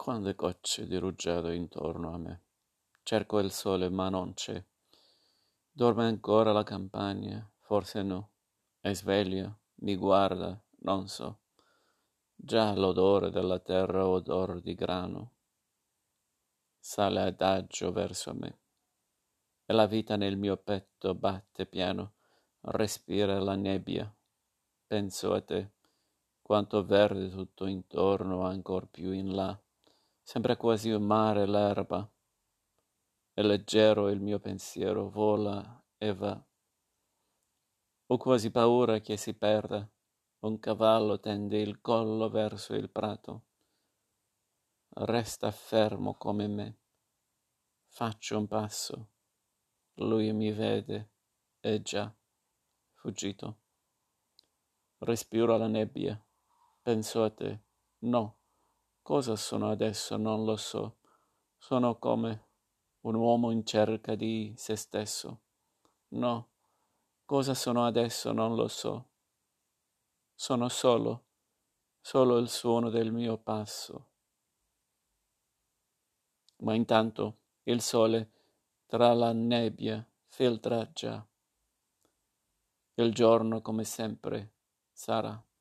Quante gocce di rugiado intorno a me. Cerco il sole, ma non c'è. Dorme ancora la campagna? Forse no. È sveglia, mi guarda, non so. Già l'odore della terra, odor di grano, sale adagio verso me. E la vita nel mio petto batte piano, respira la nebbia. Penso a te, quanto verde tutto intorno, ancor più in là. Sembra quasi un mare l'erba. È leggero il mio pensiero, vola e va. Ho quasi paura che si perda. Un cavallo tende il collo verso il prato. Resta fermo come me. Faccio un passo. Lui mi vede. È già fuggito. Respiro la nebbia. Penso a te. No. Cosa sono adesso? Non lo so. Sono come un uomo in cerca di se stesso. No. Cosa sono adesso? Non lo so. Sono solo il suono del mio passo. Ma intanto il sole tra la nebbia filtra già. Il giorno come sempre sarà.